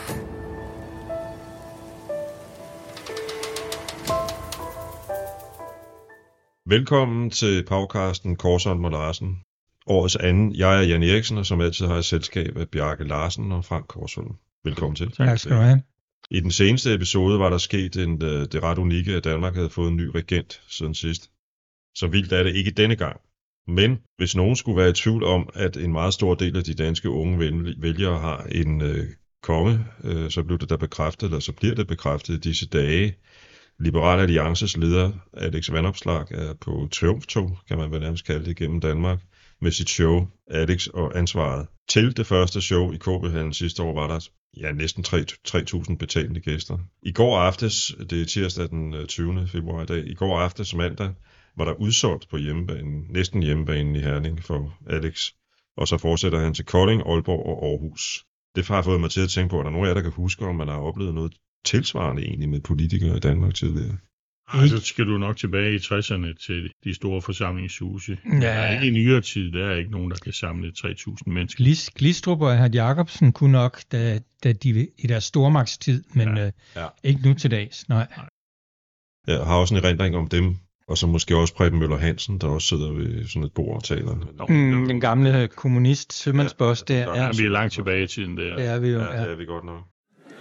Velkommen til podcasten Korsholm og Larsen. Årets anden. Jeg er Jan Eriksen, og som altid har jeg selskab af Bjarke Larsen og Frank Korsholm. Velkommen til. Tak skal du have. I den seneste episode var der sket det ret unikke, at Danmark havde fået en ny regent siden sidst. Så vildt er det ikke denne gang. Men hvis nogen skulle være i tvivl om, at en meget stor del af de danske unge vælgere har en konge, så bliver det bekræftet i disse dage. Liberal Alliances leder, Alex Vanopslagh, er på triumftog, kan man vel nærmest kalde det, gennem Danmark, med sit show, Alex og ansvaret. Til det første show i KB-hallen sidste år var der næsten 3.000 betalende gæster. I går aftes, det er tirsdag den 20. februar i dag, i går aftes mandag, var der udsolgt på næsten hjemmebanen i Herning for Alex. Og så fortsætter han til Kolding, Aalborg og Aarhus. Det har fået mig til at tænke på, at der er nogen af jer, der kan huske, om man har oplevet noget tilsvarende egentlig med politikere i Danmark tidligere. Så skal du nok tilbage i 60'erne til de store forsamlingshuse. Ja. Der er ikke i nyere tid, der er ikke nogen, der kan samle 3.000 mennesker. Glistrup og Hert Jacobsen kunne nok, da de i deres stormagtstid, men ikke nu til dags. Nej. Jeg har også en erindring om dem, og så måske også Preben Møller Hansen, der også sidder ved sådan et bord og taler. Den gamle kommunist, sømandsboss der. Ja, vi er langt tilbage i tiden der. Det er vi jo. Ja, det er vi godt nok.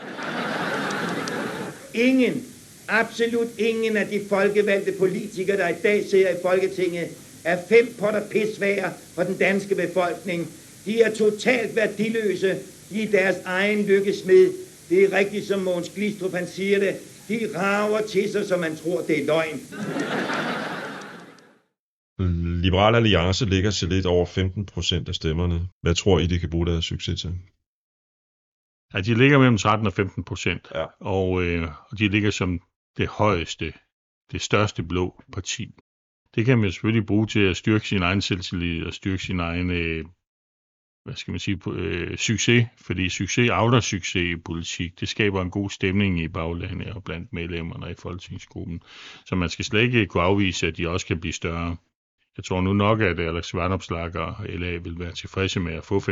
Absolut ingen af de folkevalgte politikere, der i dag sidder i Folketinget, er 5 potter pisværre for den danske befolkning. De er totalt værdiløse i deres egen lykkesmed. Det er rigtigt, som Mogens Glistrup han siger det. De rager til sig, som man tror, det er løgn. Liberal Alliance ligger til lidt over 15% af stemmerne. Hvad tror I, de kan bruge deres succes til? Ja, de ligger mellem 13 og 15%, ja. Og de ligger som det højeste, det største blå parti. Det kan man selvfølgelig bruge til at styrke sin egen selvtillid og styrke sin egen, succes, fordi succes avler succes i politik. Det skaber en god stemning i baglandet og blandt medlemmerne i folketingsgruppen, så man skal slet ikke kunne afvise, at de også kan blive større. Jeg tror nu nok, at Alex Vanopslagh og LA vil være tilfredse med at få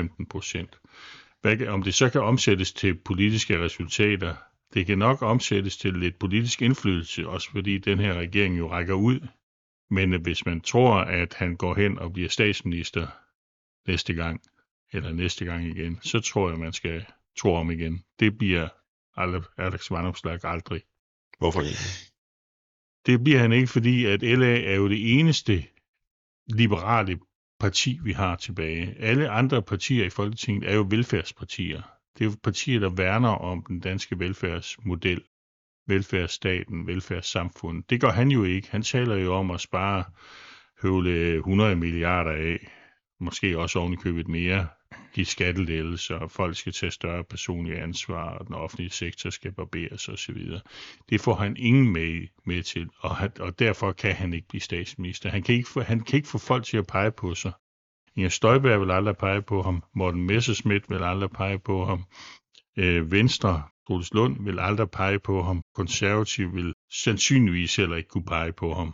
15%. Om det så kan omsættes til politiske resultater, det kan nok omsættes til lidt politisk indflydelse, også fordi den her regering jo rækker ud. Men hvis man tror, at han går hen og bliver statsminister næste gang igen, så tror jeg, man skal tro om igen. Det bliver Alex Vanopslagh aldrig. Hvorfor ikke? Det bliver han ikke, fordi at LA er jo det eneste liberale parti, vi har tilbage. Alle andre partier i Folketinget er jo velfærdspartier. Det er jo partier, der værner om den danske velfærdsmodel, velfærdsstaten, velfærdssamfundet. Det gør han jo ikke. Han taler jo om at spare høvle 100 milliarder af, måske også ovenikøbet mere, give skattelettelser, og folk skal tage større personlige ansvar, og den offentlige sektor skal barberes osv. Det får han ingen med til, og derfor kan han ikke blive statsminister. Han kan ikke få folk til at pege på sig. Inger Støjberg vil aldrig pege på ham. Morten Messerschmidt vil aldrig pege på ham. Venstre, Troels Lund, vil aldrig pege på ham. Konservativ vil sandsynligvis heller ikke kunne pege på ham.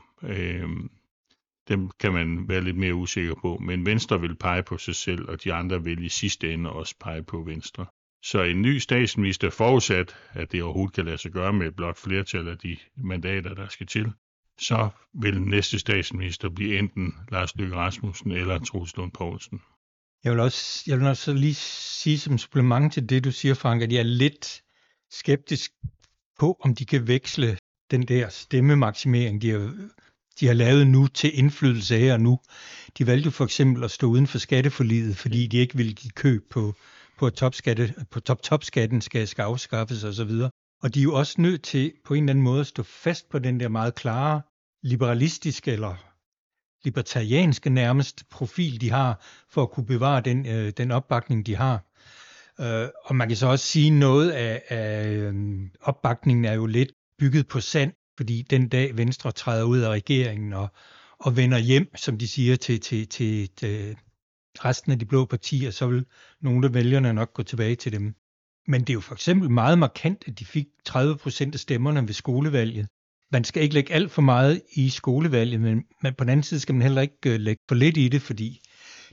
Dem kan man være lidt mere usikker på. Men Venstre vil pege på sig selv, og de andre vil i sidste ende også pege på Venstre. Så en ny statsminister, forudsat, at det overhovedet kan lade sig gøre med et blot flertal af de mandater, der skal til, så vil næste statsminister blive enten Lars Løkke Rasmussen eller Troels Lund Poulsen. Jeg vil også lige sige som supplement til det, du siger, Frank, at jeg er lidt skeptisk på, om de kan veksle den der stemmemaksimering, de har lavet nu, til indflydelse her og nu. De valgte jo for eksempel at stå uden for skatteforliget, fordi de ikke ville give køb på topskatten skal afskaffes osv. Og de er jo også nødt til på en eller anden måde at stå fast på den der meget klare liberalistiske eller libertarianske nærmest profil, de har, for at kunne bevare den opbakning, de har. Og man kan så også sige, noget af opbakningen er jo lidt bygget på sand, fordi den dag Venstre træder ud af regeringen og vender hjem, som de siger, til resten af de blå partier, så vil nogle af vælgerne nok gå tilbage til dem. Men det er jo for eksempel meget markant, at de fik 30% af stemmerne ved skolevalget. Man skal ikke lægge alt for meget i skolevalget, men på den anden side skal man heller ikke lægge for lidt i det, fordi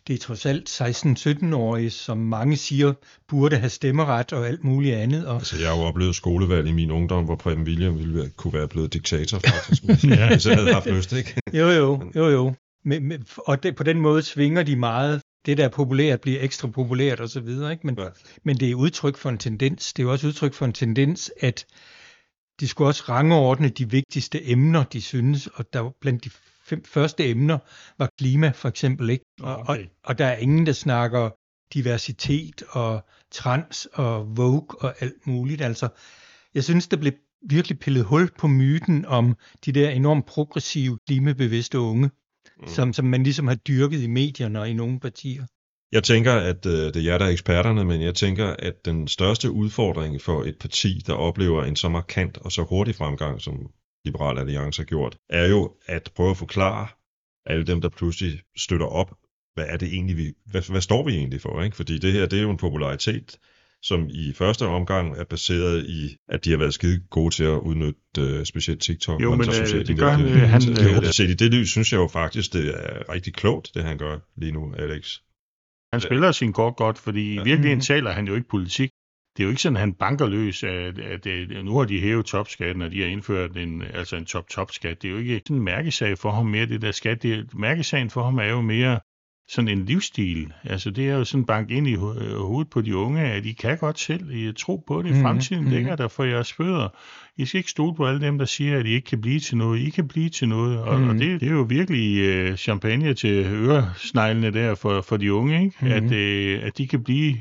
det er trods alt 16-17-årige, som mange siger burde have stemmeret og alt muligt andet. Og altså, jeg har jo oplevet skolevalg i min ungdom, hvor Preben Wilhjelm kunne være blevet diktator faktisk, hvis jeg havde haft lyst, ikke? Jo. Og på den måde svinger de meget. Det, der er populært, bliver ekstra populært og så videre, ikke? Men det er udtryk for en tendens. Det er jo også udtryk for en tendens, at de skulle også rangordne de vigtigste emner, de synes, og der blandt de 5 første emner var klima for eksempel, ikke? Og der er ingen, der snakker diversitet og trans og Vogue og alt muligt. Altså, jeg synes, der blev virkelig pillet hul på myten om de der enormt progressive, klimabevidste unge, som man ligesom har dyrket i medierne og i nogle partier. Jeg tænker, at det er jer, der er eksperterne, men jeg tænker, at den største udfordring for et parti, der oplever en så markant og så hurtig fremgang, som Liberal Alliance har gjort, er jo at prøve at forklare alle dem, der pludselig støtter op, hvad er det egentlig, hvad står vi egentlig for, ikke? Fordi det her, det er jo en popularitet, som i første omgang er baseret i, at de har været skide gode til at udnytte specielt TikTok. Jo, men det gør han. Set i det lys, synes jeg jo faktisk, det er rigtig klogt, det han gør lige nu, Alex. Han spiller sin kort godt, fordi i virkeligheden taler han jo ikke politik. Det er jo ikke sådan, at han banker løs, at nu har de hævet topskatten, og de har indført en top-skat. Det er jo ikke sådan en mærkesag for ham mere, det der skat. Mærkesagen for ham er jo mere sådan en livsstil. Altså det er jo sådan bank ind i hovedet på de unge, at I kan godt selv tro på det. I fremtiden ligger der for jeres fødder. I skal ikke stole på alle dem, der siger, at I ikke kan blive til noget. I kan blive til noget. Og det er jo virkelig champagne til øresneglene der for de unge, ikke? At de kan blive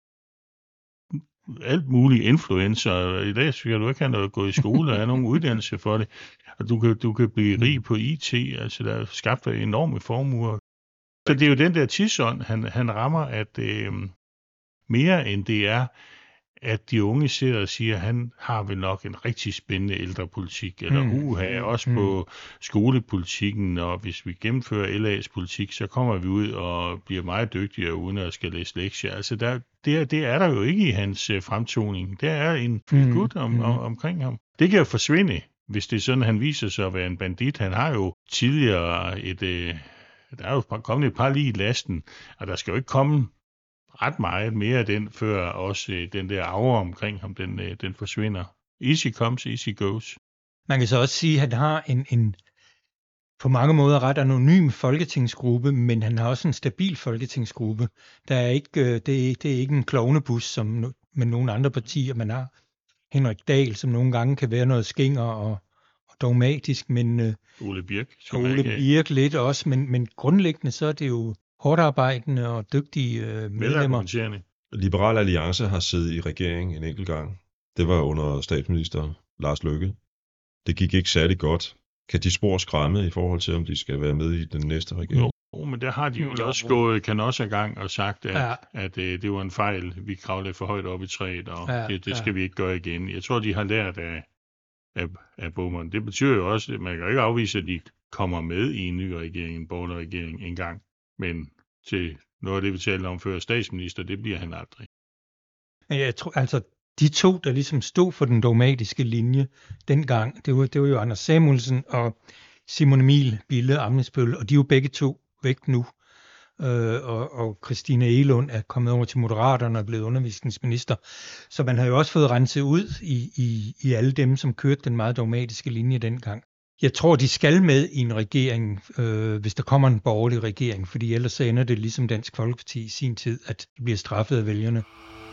alt muligt influencer. I dag skal du ikke have noget gå i skole og have nogen uddannelse for det. Og du kan blive rig på IT. Altså der er skabt enorme formuer. Så det er jo den der tidsånd, han rammer, at mere end det er, at de unge sidder og siger, at han har vel nok en rigtig spændende ældrepolitik, eller også på skolepolitikken, og hvis vi gennemfører LA's politik, så kommer vi ud og bliver meget dygtigere, uden at skal læse lektier. Altså det er der jo ikke i hans fremtoning. Der er en gut omkring ham. Det kan jo forsvinde, hvis det er sådan, han viser sig at være en bandit. Han har jo tidligere der er jo kommet et par lige i lasten, og der skal jo ikke komme ret meget mere af den, før også den der aura omkring ham, den forsvinder. Easy comes, easy goes. Man kan så også sige, at han har en på mange måder ret anonym folketingsgruppe, men han har også en stabil folketingsgruppe. Der er ikke, det er ikke en klovnebus, som med nogle andre partier. Man har Henrik Dahl, som nogle gange kan være noget skinger og dogmatisk, men Ole Birk lidt også, men grundlæggende så er det jo hårdt arbejdende og dygtige medlemmer. Liberal Alliance har siddet i regering en enkelt gang. Det var under statsminister Lars Løkke. Det gik ikke særlig godt. Kan de spor skræmme i forhold til, om de skal være med i den næste regering? Jo, men der har de jo også gået i gang og sagt, at det var en fejl. Vi kravlede for højt op i træet, og det skal vi ikke gøre igen. Jeg tror, de har lært af Bowman. Det betyder jo også, at man kan ikke afvise, at de kommer med i en ny regering, en borgerlig regering engang. Men til noget af det, vi talte om før, statsminister, det bliver han aldrig. Jeg tror, altså de to, der ligesom stod for den dogmatiske linje dengang, det var jo Anders Samuelsen og Simon Emil Bille Amnesbøl, og de er jo begge to væk nu. Og Christina Egelund er kommet over til Moderaterne og er blevet undervisningsminister. Så man har jo også fået renset ud i alle dem, som kørte den meget dogmatiske linje dengang. Jeg tror, de skal med i en regering, hvis der kommer en borgerlig regering, fordi ellers så ender det ligesom Dansk Folkeparti i sin tid, at de bliver straffet af vælgerne.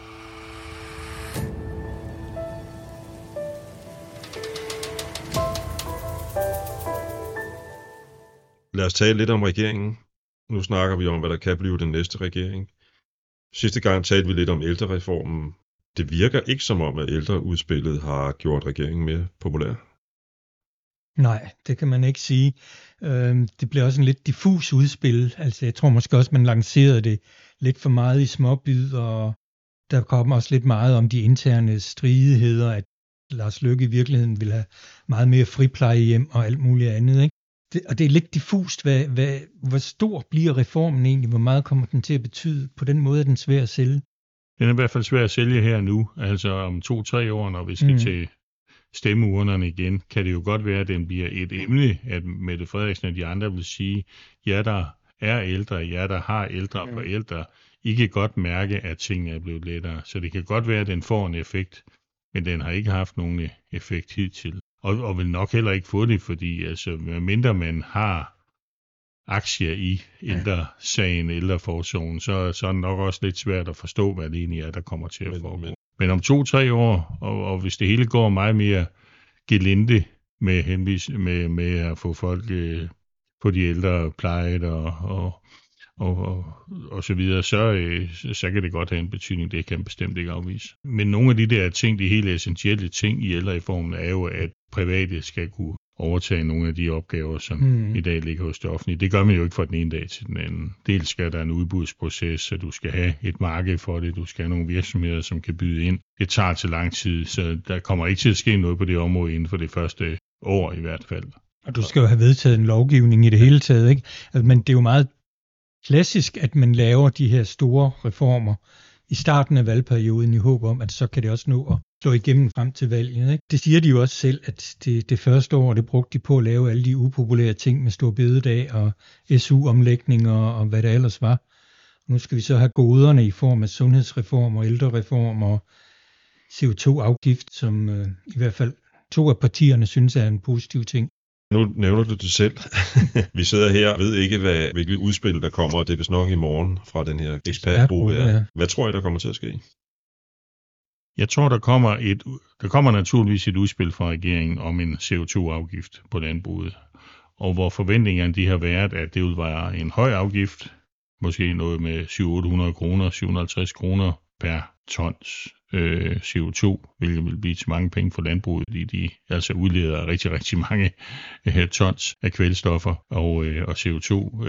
Lad os tale lidt om regeringen. Nu snakker vi om, hvad der kan blive den næste regering. Sidste gang talte vi lidt om ældrereformen. Det virker ikke som om, at ældreudspillet har gjort regeringen mere populær. Nej, det kan man ikke sige. Det blev også en lidt diffus udspil. Altså, jeg tror måske også, man lancerede det lidt for meget i småbid, og der kom også lidt meget om de interne stridigheder, at Lars Løkke i virkeligheden ville have meget mere friplejehjem og alt muligt andet, ikke? Og det er lidt diffust, hvor stor bliver reformen egentlig, hvor meget kommer den til at betyde. På den måde er den svær at sælge. Den er i hvert fald svær at sælge her nu, altså om 2-3 år, når vi skal til stemmeurnerne igen, kan det jo godt være, at den bliver et emne, at Mette Frederiksen og de andre vil sige, ja, der er ældre, jer der har ældre forældre, I kan godt mærke, at tingene er blevet lettere. Så det kan godt være, at den får en effekt, men den har ikke haft nogen effekt hidtil. Og vil nok heller ikke få det, fordi altså, medmindre man har aktier i ældresagen, ældreforsorgen, så er det nok også lidt svært at forstå, hvad det egentlig er, der kommer til at foregå. Men om 2-3 år, og hvis det hele går meget mere gelinde med at få folk på de ældre plejet og så videre, så kan det godt have en betydning. Det kan man bestemt ikke afvise. Men nogle af de der ting, de helt essentielle ting i ældrereformen, er jo, at private skal kunne overtage nogle af de opgaver, som i dag ligger hos det offentlige. Det gør man jo ikke fra den ene dag til den anden. Dels skal der en udbudsproces, så du skal have et marked for det, du skal have nogle virksomheder, som kan byde ind. Det tager til lang tid, så der kommer ikke til at ske noget på det område inden for det første år i hvert fald. Og du skal jo have vedtaget en lovgivning i det hele taget, ikke? Altså, men det er jo meget klassisk, at man laver de her store reformer i starten af valgperioden i håb om, at så kan det også nå at slå igennem frem til valget. Ikke? Det siger de jo også selv, at det første år, det brugte de på at lave alle de upopulære ting med store bededag og SU-omlægninger og hvad der ellers var. Og nu skal vi så have goderne i form af sundhedsreform og ældrereform og CO2-afgift, som i hvert fald 2 af partierne synes er en positiv ting. Nu nævner du det selv. Vi sidder her og ved ikke, hvilket udspil der kommer, og det er vist nok i morgen fra den her ekspertgruppe. Ja. Hvad tror I, der kommer til at ske? Jeg tror, der kommer naturligvis et udspil fra regeringen om en CO2-afgift på landbruget. Og hvor forventningerne de har været, at det vil være en høj afgift, måske noget med 700-800 kroner, 750 kroner per tons CO2, hvilket vil blive til mange penge for landbruget, fordi de altså udleder rigtig, rigtig mange tons af kvælstoffer og CO2.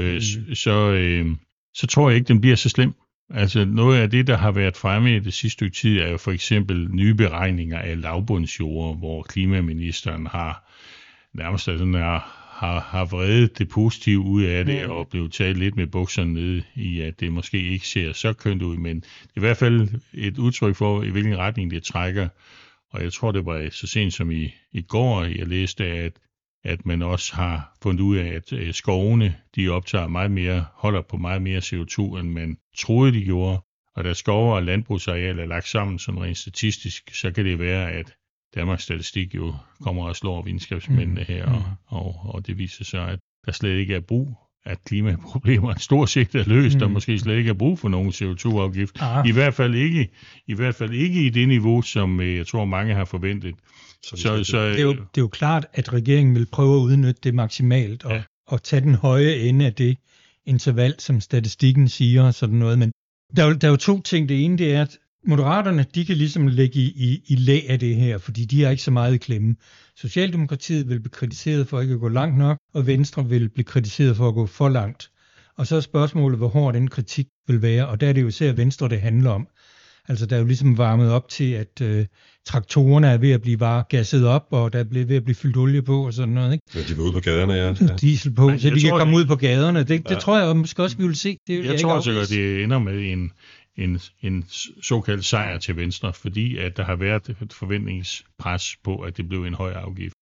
Så tror jeg ikke, den bliver så slem. Altså noget af det, der har været fremme i det sidste stykke tid, er jo for eksempel nye beregninger af lavbundsjord, hvor klimaministeren har nærmest sådan har vredet det positive ud af det og blevet taget lidt med bukserne ned i, at det måske ikke ser så kønt ud, men det er i hvert fald et udtryk for, i hvilken retning det trækker. Og jeg tror, det var så sent som i går, jeg læste, at man også har fundet ud af, at skovene, de holder på meget mere CO2, end man troede, de gjorde. Og da skove og landbrugsareal er lagt sammen sådan rent statistisk, så kan det være, at Danmarks Statistik jo kommer og slår videnskabsmændene her, og det viser sig, at der slet ikke er brug, at klimaproblemerne stort set er løst, og måske slet ikke er brug for nogen CO2-afgift. I hvert fald ikke i det niveau, som jeg tror mange har forventet. Det er jo klart, at regeringen vil prøve at udnytte det maksimalt og tage den høje ende af det interval, som statistikken siger og sådan noget. Men der er jo 2 ting. Det ene, det er, at Moderaterne, de kan ligesom lægge i læ af det her, fordi de er ikke så meget i klemme. Socialdemokratiet vil blive kritiseret for ikke at gå langt nok, og Venstre vil blive kritiseret for at gå for langt. Og så er spørgsmålet, hvor hård den kritik vil være, og der er det jo især Venstre, det handler om. Altså der er jo ligesom varmet op til, at traktorerne er ved at blive gasset op, og der er ved at blive fyldt olie på og sådan noget. Ikke? Ja, de var ude på gaderne, ja. Diesel på, så de kan komme ud på gaderne. Det tror jeg måske også, vi vil se. Jeg tror sikkert, at det ender med en såkaldt sejr til Venstre, fordi at der har været et forventningspres på, at det blev en høj afgift.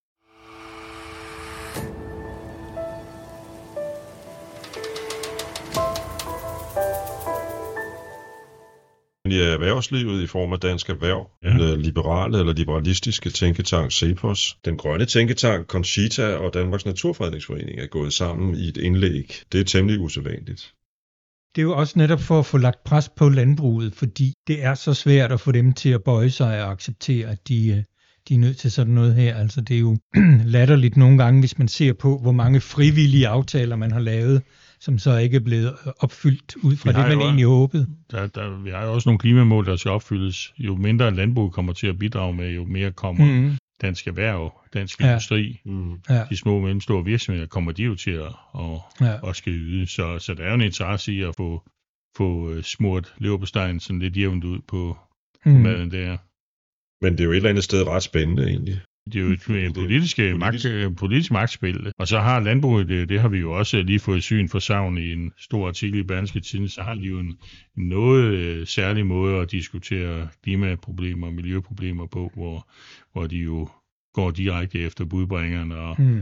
I erhvervslivet i form af Dansk Erhverv, den liberale eller liberalistiske tænketank CEPOS, den grønne tænketank Conchita og Danmarks Naturfredningsforening er gået sammen i et indlæg. Det er temmelig usædvanligt. Det er jo også netop for at få lagt pres på landbruget, fordi det er så svært at få dem til at bøje sig og acceptere, at de er nødt til sådan noget her. Altså det er jo latterligt nogle gange, hvis man ser på, hvor mange frivillige aftaler man har lavet, som så ikke er blevet opfyldt ud fra det, man egentlig håbede. Vi har jo også nogle klimamål, der skal opfyldes. Jo mindre landbrug kommer til at bidrage med, jo mere kommer Dansk Erhverv, Dansk Industri, de små og mellemstore virksomheder, kommer de jo til at skal yde. Så der er jo en interesse i at få smurt leverpostejen sådan lidt jævnt ud på maden der. Men det er jo et eller andet sted ret spændende egentlig. Det er jo et politisk magtspil. Og så har landbruget, det har vi jo også lige fået syn for savn i en stor artikel i Berlingske Tidende, så har de jo en noget særlig måde at diskutere klimaproblemer og miljøproblemer på, hvor de jo går direkte efter budbringerne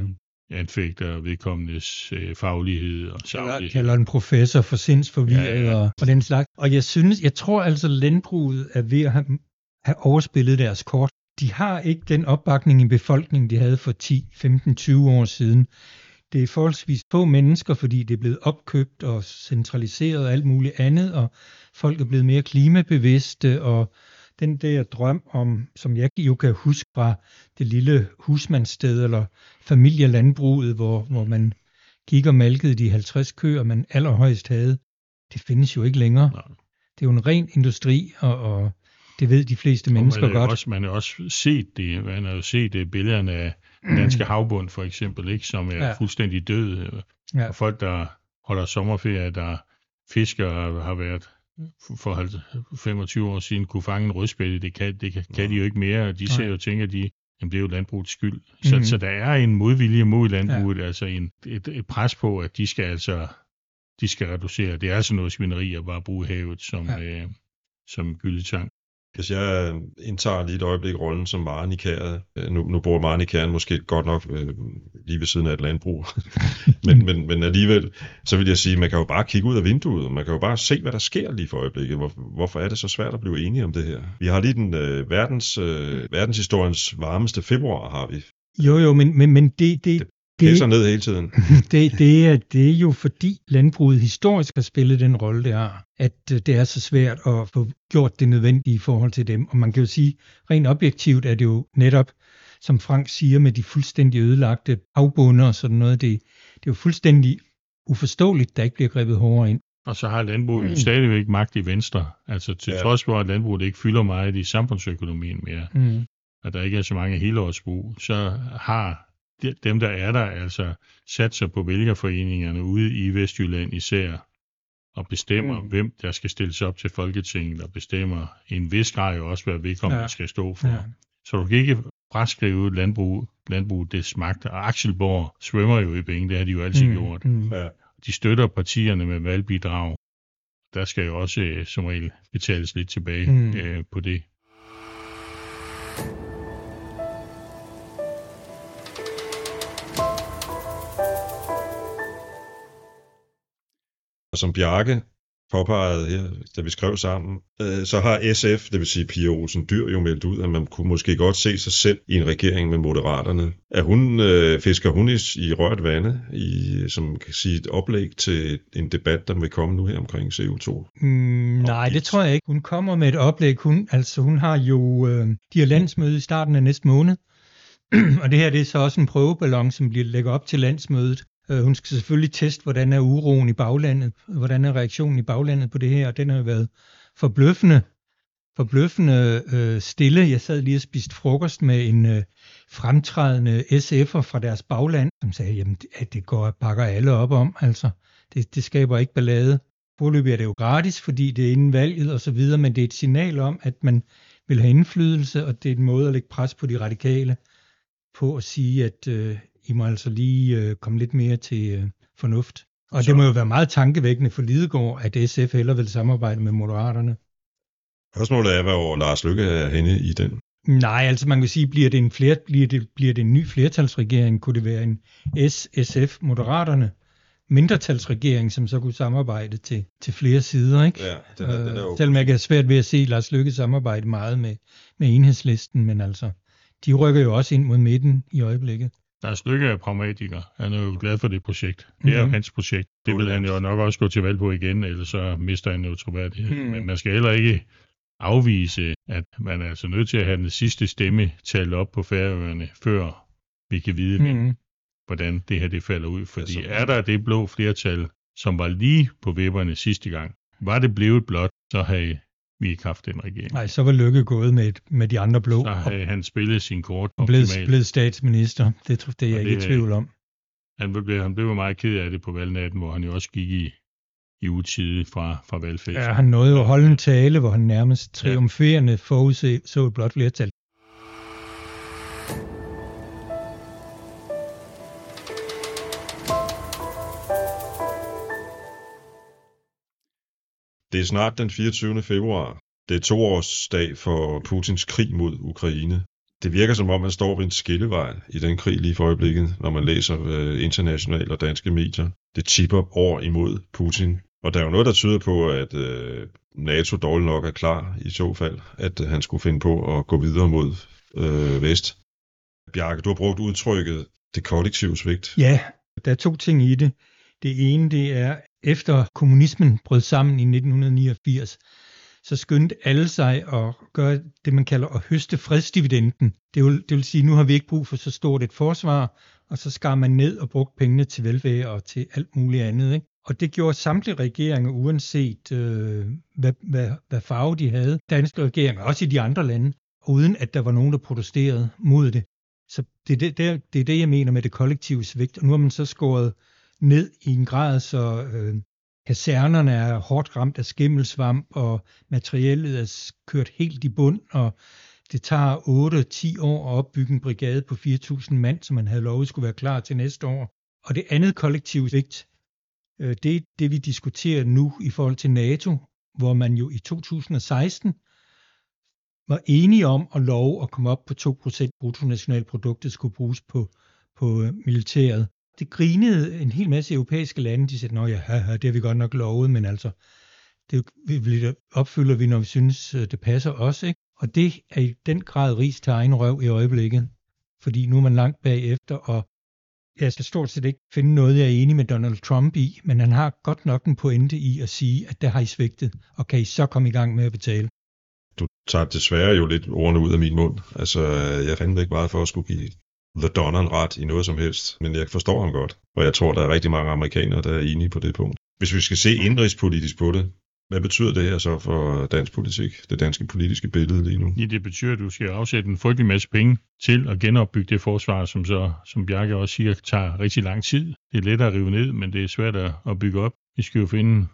anfægter vedkommendes faglighed og saglighed. Kalder en professor for sindsforvirret og den slags. Og jeg tror altså, landbruget er ved at have overspillet deres kort. De har ikke den opbakning i befolkningen, de havde for 10, 15, 20 år siden. Det er forholdsvis få mennesker, fordi det er blevet opkøbt og centraliseret og alt muligt andet, og folk er blevet mere klimabevidste, og den der drøm om, som jeg jo kan huske fra det lille husmandssted eller familielandbruget, hvor man gik og malkede de 50 køer, man allerhøjst havde, det findes jo ikke længere. Nej. Det er jo en ren industri, og det ved de fleste mennesker godt. Man har også set det. Man har jo set billederne af danske havbund for eksempel, ikke, som er fuldstændig død. Og folk, der holder sommerferie, der fisker, har været for 25 år siden kunne fange en rødspætte. Det kan de jo ikke mere. De ser jo og tænker, jamen, det er jo landbrugets skyld. Så der er en modvilje mod landbruget, altså et pres på, at de skal reducere. Det er altså noget svineri at bare bruge havet som gyldetang. Hvis jeg indtager lige et øjeblik rollen som Maren-Ikæret, nu bor Maren-Ikæren måske godt nok lige ved siden af et landbrug, men alligevel, så vil jeg sige, man kan jo bare kigge ud af vinduet, man kan jo bare se, hvad der sker lige for øjeblikket. Hvorfor er det så svært at blive enige om det her? Vi har lige den verdenshistoriens varmeste februar, har vi. Jo, men det pisser ned hele tiden. Det er jo fordi landbruget historisk har spillet den rolle, det har, at det er så svært at få gjort det nødvendige i forhold til dem. Og man kan jo sige, rent objektivt er det jo netop, som Frank siger, med de fuldstændig ødelagte havbunder og sådan noget, det er jo fuldstændig uforståeligt, der ikke bliver grebet hårdere ind. Og så har landbruget stadigvæk magt i Venstre, altså til trods for, at landbruget ikke fylder meget i samfundsøkonomien mere, og der ikke er så mange helårsbrug, så har dem, der er der, altså satser på vælgerforeningerne ude i Vestjylland især, og bestemmer, hvem der skal stilles op til Folketinget, og bestemmer i en vis grad jo også, hvad vedkommende skal stå for. Ja. Så du kan ikke fraskrive landbruget dets magt, og Axelborg svømmer jo i penge, det har de jo altid gjort. Ja. De støtter partierne med valgbidrag. Der skal jo også som regel betales lidt tilbage på det. Og som Bjarke påpegede her, da vi skrev sammen, så har SF, det vil sige Pia Olsen Dyhr, jo meldt ud, at man kunne måske godt se sig selv i en regering med Moderaterne. Fisker hun i rørt vande, som kan sige et oplæg til en debat, der vil komme nu her omkring CO2? Nej, det tror jeg ikke. Hun kommer med et oplæg. Hun har jo de har landsmøde i starten af næste måned, og det her det er så også en prøveballon, som bliver lægget op til landsmødet. Hun skal selvfølgelig teste, hvordan er uroen i baglandet, hvordan er reaktionen i baglandet på det her, og den har jo været forbløffende stille. Jeg sad lige og spiste frokost med en fremtrædende SF'er fra deres bagland, som sagde, jamen, at det bakker alle op om, altså. Det skaber ikke ballade. Foreløbig er det jo gratis, fordi det er inden valget og så videre, men det er et signal om, at man vil have indflydelse, og det er en måde at lægge pres på de radikale på at sige, at I må altså lige komme lidt mere til fornuft. Og det må jo være meget tankevækkende for Lidegaard, at SF hellere vil samarbejde med Moderaterne. Spørgsmålet er, hvor Lars Løkke er henne i den. Nej, altså man kan sige, bliver det en ny flertalsregering? Kunne det være en SF Moderaterne mindretalsregering, som så kunne samarbejde til flere sider, ikke? Ja, den er jo... Selvom jeg kan have svært ved at se Lars Løkke samarbejde meget med Enhedslisten, men altså, de rykker jo også ind mod midten i øjeblikket. Lars Løkke er pragmatiker. Han er jo glad for det projekt. Det er jo hans projekt. Det vil han jo nok også gå til valg på igen, ellers så mister han jo troværdighed. Men man skal heller ikke afvise, at man er altså nødt til at have den sidste stemme talt op på Færøerne, før vi kan vide, hvordan det her det falder ud. Fordi er der det blå flertal, som var lige på vipperne sidste gang, var det blevet blot, så havde vi ikke haft den regering. Nej, så var Løkke gået med de andre blå. Så havde han spillet sin kort optimalt. Blevet statsminister. Det er jeg ikke i tvivl om. Han blev meget ked af det på valgnatten, hvor han jo også gik i utide fra valgfesten. Ja, han nåede jo at holde en tale, hvor han nærmest triumferende så et blot flertal. Det er snart den 24. februar. Det er 2-årsdag for Putins krig mod Ukraine. Det virker som om, man står ved en skillevej i den krig lige for øjeblikket, når man læser internationale og danske medier. Det tipper over imod Putin. Og der er jo noget, der tyder på, at NATO dårligt nok er klar i så fald, at han skulle finde på at gå videre mod vest. Bjarke, du har brugt udtrykket det kollektive svigt. Ja, der er 2 ting i det. Det ene, det er, efter kommunismen brød sammen i 1989, så skyndte alle sig at gøre det, man kalder at høste fredsdividenden. Det vil sige, nu har vi ikke brug for så stort et forsvar, og så skar man ned og brugte pengene til velfærd og til alt muligt andet. Ikke? Og det gjorde samtlige regeringer, uanset hvad farve de havde, danske regeringer, også i de andre lande, uden at der var nogen, der protesterede mod det. Så det er det, jeg mener med det kollektive svigt. Og nu har man så skåret ned i en grad, så kasernerne er hårdt ramt af skimmelsvamp, og materiellet er kørt helt i bund, og det tager 8-10 år at opbygge en brigade på 4.000 mand, som man havde lovet skulle være klar til næste år. Og det andet kollektive svigt, det er det, vi diskuterer nu i forhold til NATO, hvor man jo i 2016 var enige om at love at komme op på 2% bruttonationalproduktet skulle bruges på militæret. Det grinede en hel masse europæiske lande. De sagde, det har vi godt nok lovet, men altså, det opfylder vi, når vi synes, det passer os. Ikke? Og det er i den grad ris til egen røv i øjeblikket, fordi nu er man langt bagefter, og jeg skal stort set ikke finde noget, jeg er enig med Donald Trump i, men han har godt nok en pointe i at sige, at der har I svigtet, og kan I så komme i gang med at betale. Du tager desværre jo lidt ordene ud af min mund. Altså, jeg fandt ikke meget for at skulle give The Donner ret i noget som helst, men jeg forstår ham godt, og jeg tror, der er rigtig mange amerikanere, der er enige på det punkt. Hvis vi skal se indrigspolitisk på det, hvad betyder det her så for dansk politik, det danske politiske billede lige nu? Ja, det betyder, at du skal afsætte en frygtelig masse penge til at genopbygge det forsvar, som Bjarke også siger, tager rigtig lang tid. Det er let at rive ned, men det er svært at bygge op. Vi skal jo finde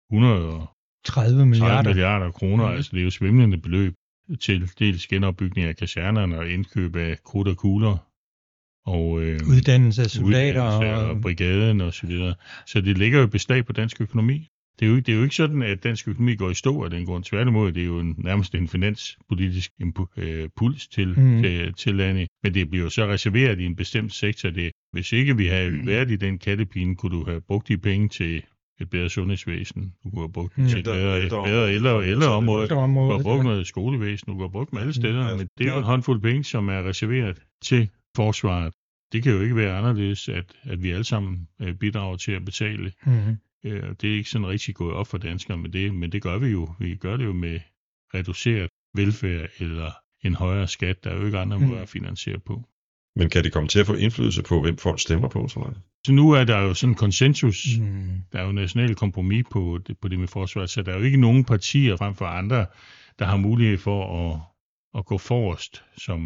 130 milliarder kroner, altså det er jo svimlende beløb til dels genopbygning af kasernerne og indkøb af krudt og kugler. Og uddannelse af soldater og brigaden og så videre. Så det ligger jo beslag på dansk økonomi. Det er jo ikke sådan, at dansk økonomi går i stå, og den går tværtimod. Det er jo nærmest en finanspolitisk puls til landet. Men det bliver jo så reserveret i en bestemt sektor. Hvis ikke vi havde været i den kattepine, kunne du have brugt de penge til et bedre sundhedsvæsen. Du kunne have brugt dem til et bedre ældreområde. Du kunne have brugt noget skolevæsen. Du kunne have brugt dem alle steder. Men det er jo en håndfuld penge, som er reserveret til forsvaret. Det kan jo ikke være anderledes, at vi alle sammen bidrager til at betale. Mm-hmm. Det er ikke sådan rigtig gået op for danskere, men det gør vi jo. Vi gør det jo med reduceret velfærd eller en højere skat. Der er jo ikke andre måder at finansiere på. Men kan det komme til at få indflydelse på, hvem folk stemmer på? Så nu er der jo sådan en konsensus. Der er jo national kompromis på det med forsvaret, så der er jo ikke nogen partier frem for andre, der har mulighed for at gå forrest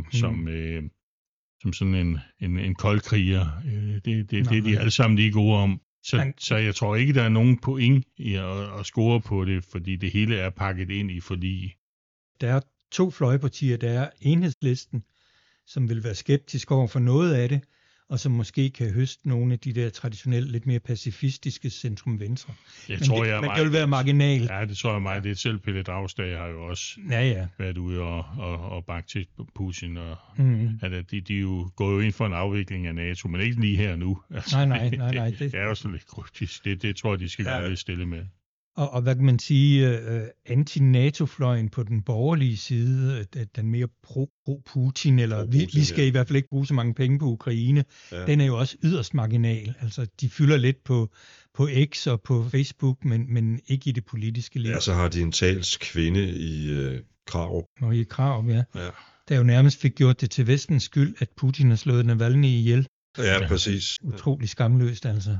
som sådan en koldkriger. Det er de alle sammen lige gode om. Så jeg tror ikke, der er nogen point i at score på det, fordi det hele er pakket ind i forlig. Der er 2 fløjpartier. Der er Enhedslisten, som vil være skeptisk over for noget af det, og som måske kan høste nogle af de der traditionelt lidt mere pacifistiske centrum-venstre. Men det vil være marginalt. Ja, det tror jeg meget. Det er selv Pelle Dragsted har jo også været ude og bakke til Putin. Og, at de jo går jo ind for en afvikling af NATO, men ikke lige her nu. Altså, nej. Det er jo sådan lidt kryptisk. Det tror jeg, de skal være lidt stille med. Og hvad kan man sige, anti-NATO-fløjen på den borgerlige side, den mere pro-Putin, eller vi skal i hvert fald ikke bruge så mange penge på Ukraine, den er jo også yderst marginal. Altså, de fylder lidt på X og på Facebook, men ikke i det politiske liv. Ja, så har de en talskvinde i Krarup. Og i Krarup, ja. Der jo nærmest fik gjort det til Vestens skyld, at Putin har slået Navalny ihjel. Ja, præcis. Utrolig skamløst, altså.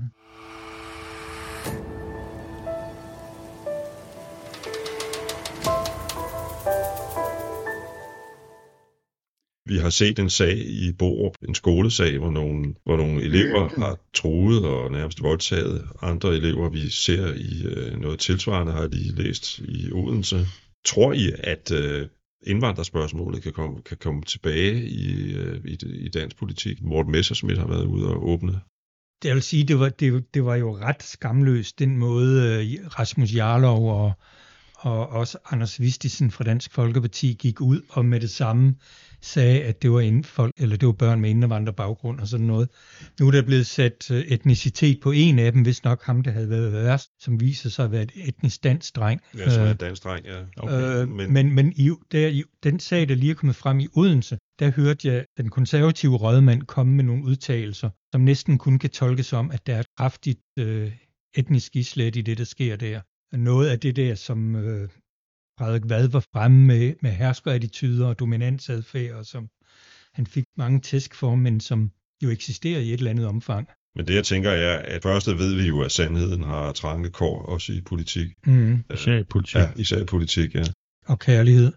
Vi har set en sag i Borup, en skolesag, hvor nogle elever har truet og nærmest voldtaget andre elever. Vi ser i noget tilsvarende, har jeg lige læst i Odense. Tror I, at indvandrerspørgsmålet kan komme tilbage i dansk politik? Morten Messerschmidt har været ude og åbne. Det vil sige, det var jo ret skamløst, den måde Rasmus Jarlov og også Anders Vistisen fra Dansk Folkeparti gik ud og med det samme sagde, at det var børn med indvandrerbaggrund og sådan noget. Nu er der blevet sat etnicitet på en af dem, hvis nok ham, der havde været værst, som viser sig at være et etnisk dansk dreng. Ja, som er en dansk dreng, ja. Okay. Men i den sag, der lige er kommet frem i Odense, der hørte jeg den konservative rådmand komme med nogle udtalelser, som næsten kun kan tolkes som, at der er et kraftigt etnisk islæt i det, der sker der. Noget af det der, som Frederik Vad var fremme med herskerattituder og dominansadfærd, som han fik mange tæsk for, men som jo eksisterer i et eller andet omfang. Men det jeg tænker er, at først ved vi jo, at sandheden har trange kår også i politik. Især i politik. Ja, især i politik, ja. Og kærlighed.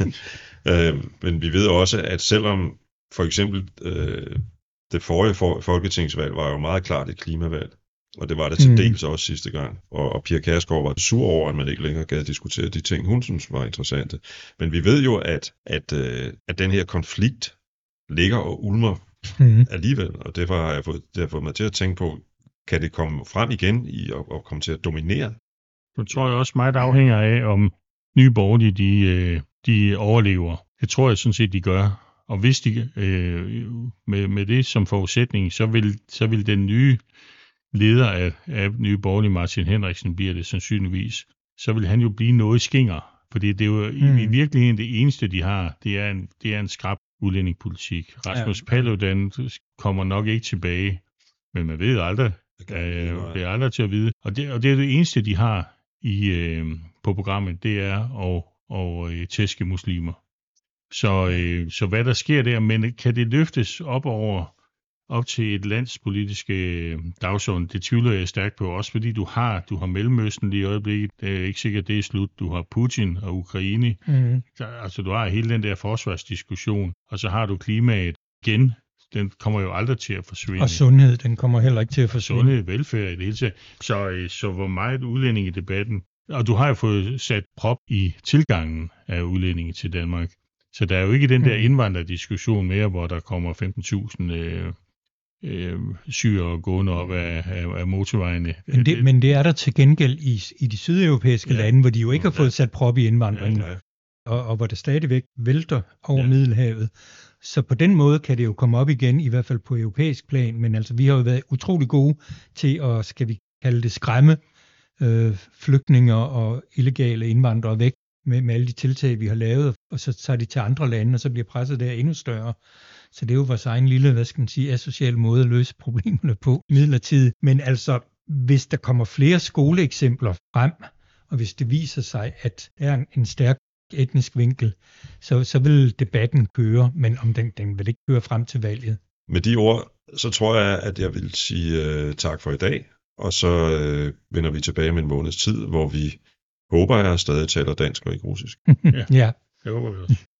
Men vi ved også, at selvom for eksempel det forrige folketingsvalg var jo meget klart et klimavalg, og det var det til dels også sidste gang. Og Pia Kjærsgaard var sur over, at man ikke længere gad diskutere de ting, hun synes var interessante. Men vi ved jo, at den her konflikt ligger og ulmer alligevel, og det har fået mig til at tænke på, kan det komme frem igen og komme til at dominere? Det tror jeg også meget afhænger af, om Nye Borgerlige de overlever. Det tror jeg sådan set, de gør. Og hvis de med det som forudsætning, så vil den nye leder af Nye Borgerlige, Martin Henriksen, bliver det sandsynligvis, så vil han jo blive noget skinger. Fordi det er jo i virkeligheden det eneste, de har, det er en skrap udlændingepolitik. Rasmus Paludan kommer nok ikke tilbage, men man ved aldrig. Det er aldrig til at vide. Og det er det eneste, de har på programmet, det er at tæske muslimer. Så hvad der sker der, men kan det løftes op til et landspolitiske dagsorden, det tvivler jeg stærkt på, også fordi du har Mellemøsten lige i øjeblikket, det er ikke sikkert, det er slut, du har Putin og Ukraine, altså du har hele den der forsvarsdiskussion, og så har du klimaet igen, den kommer jo aldrig til at forsvinde. Og sundhed, den kommer heller ikke til at forsvinde. Sundhed, velfærd i det hele taget. Så hvor meget udlænding i debatten, og du har jo fået sat prop i tilgangen af udlændinge til Danmark, så der er jo ikke den der indvandrerdiskussion mere, hvor der kommer 15.000 syrer gående op af motorvejene. Men det er der til gengæld i de sydeuropæiske lande, hvor de jo ikke har fået sat prop i indvandringen, og hvor det stadigvæk vælter over Middelhavet. Så på den måde kan det jo komme op igen, i hvert fald på europæisk plan, men altså vi har jo været utrolig gode til at, skal vi kalde det, skræmme flygtninge og illegale indvandrere væk med alle de tiltag, vi har lavet, og så tager de til andre lande, og så bliver presset der endnu større. Så det er jo vores egen lille, asocial måde at løse problemerne på midlertidigt. Men altså, hvis der kommer flere skoleeksempler frem, og hvis det viser sig, at der er en stærk etnisk vinkel, så vil debatten køre, men om den vil ikke køre frem til valget. Med de ord, så tror jeg, at jeg vil sige tak for i dag, og så vender vi tilbage med en måneds tid, hvor vi håber, jeg stadig taler dansk og ikke russisk. Ja, det håber vi også.